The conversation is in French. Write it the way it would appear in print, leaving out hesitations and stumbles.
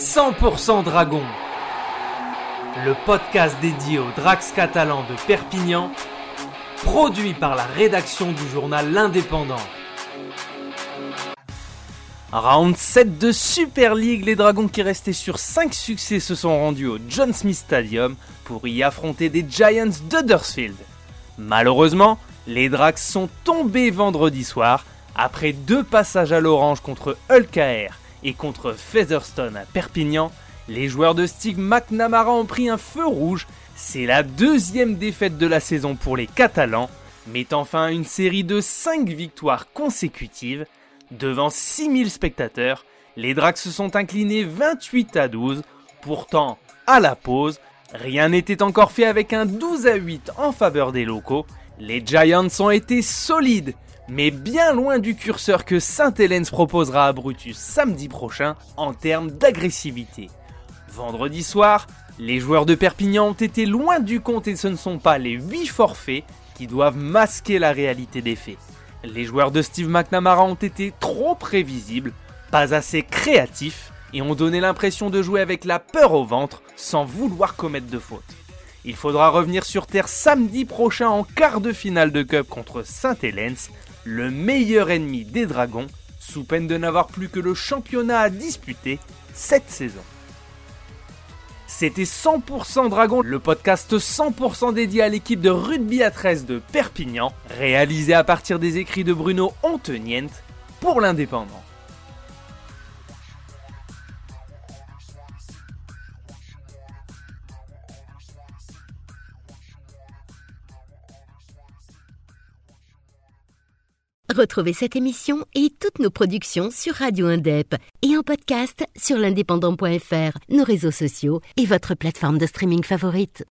100% Dragon, le podcast dédié aux Drax catalans de Perpignan, produit par la rédaction du journal L'Indépendant. Round 7 de Super League, les Dragons qui restaient sur 5 succès se sont rendus au John Smith Stadium pour y affronter des Giants d'Huddersfield. Malheureusement, les Drax sont tombés vendredi soir après 2 passages à l'orange contre Hull KR et contre Featherstone à Perpignan. Les joueurs de Steve McNamara ont pris un feu rouge. C'est la 2e défaite de la saison pour les Catalans, mettant fin à une série de 5 victoires consécutives. Devant 6000 spectateurs, les Drax se sont inclinés 28-12. Pourtant, à la pause, rien n'était encore fait avec un 12-8 en faveur des locaux. Les Giants ont été solides, mais bien loin du curseur que Saint-Helens proposera à Brutus samedi prochain en termes d'agressivité. Vendredi soir, les joueurs de Perpignan ont été loin du compte et ce ne sont pas les 8 forfaits qui doivent masquer la réalité des faits. Les joueurs de Steve McNamara ont été trop prévisibles, pas assez créatifs et ont donné l'impression de jouer avec la peur au ventre sans vouloir commettre de faute. Il faudra revenir sur terre samedi prochain en quart de finale de Cup contre Saint-Helens, le meilleur ennemi des Dragons, sous peine de n'avoir plus que le championnat à disputer cette saison. C'était 100% Dragon, le podcast 100% dédié à l'équipe de rugby à 13 de Perpignan, réalisé à partir des écrits de Bruno Onteniente pour l'Indépendant. Retrouvez cette émission et toutes nos productions sur Radio Indep et en podcast sur l'indépendant.fr, nos réseaux sociaux et votre plateforme de streaming favorite.